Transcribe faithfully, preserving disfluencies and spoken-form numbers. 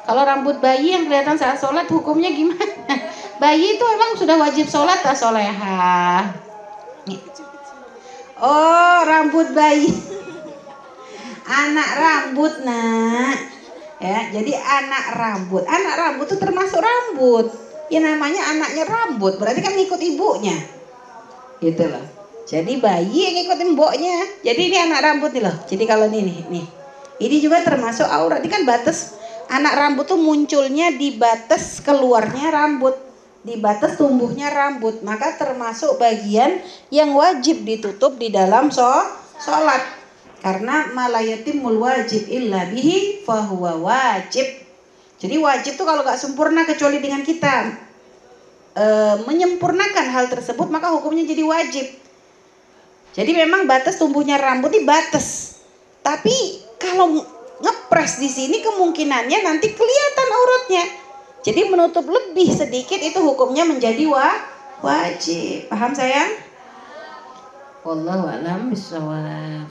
Kalau rambut bayi yang kelihatan saat sholat hukumnya gimana? Bayi itu emang sudah wajib sholat tak solehah? Oh, rambut bayi. Anak rambut nak. Ya, jadi anak rambut. Anak rambut itu termasuk rambut. Ya namanya anaknya rambut, berarti kan ngikut ibunya. Gitu loh. Jadi bayi yang ngikutin mboknya. Jadi ini anak rambut nih loh. Jadi kalau ini nih, nih. Ini juga termasuk aurat. Ini kan batas anak rambut tuh munculnya di batas keluarnya rambut, di batas tumbuhnya rambut. Maka termasuk bagian yang wajib ditutup di dalam sholat. Karena malayatimul wajib illa bihi fahuwa wajib. Jadi wajib tuh kalau gak sempurna kecuali dengan kita e, menyempurnakan hal tersebut, maka hukumnya jadi wajib. Jadi memang batas tumbuhnya rambut ini batas. Tapi kalau ngepres di sini kemungkinannya nanti kelihatan auratnya. Jadi menutup lebih sedikit itu hukumnya menjadi wa, wajib. Paham sayang? Wallahu a'lam bishawab.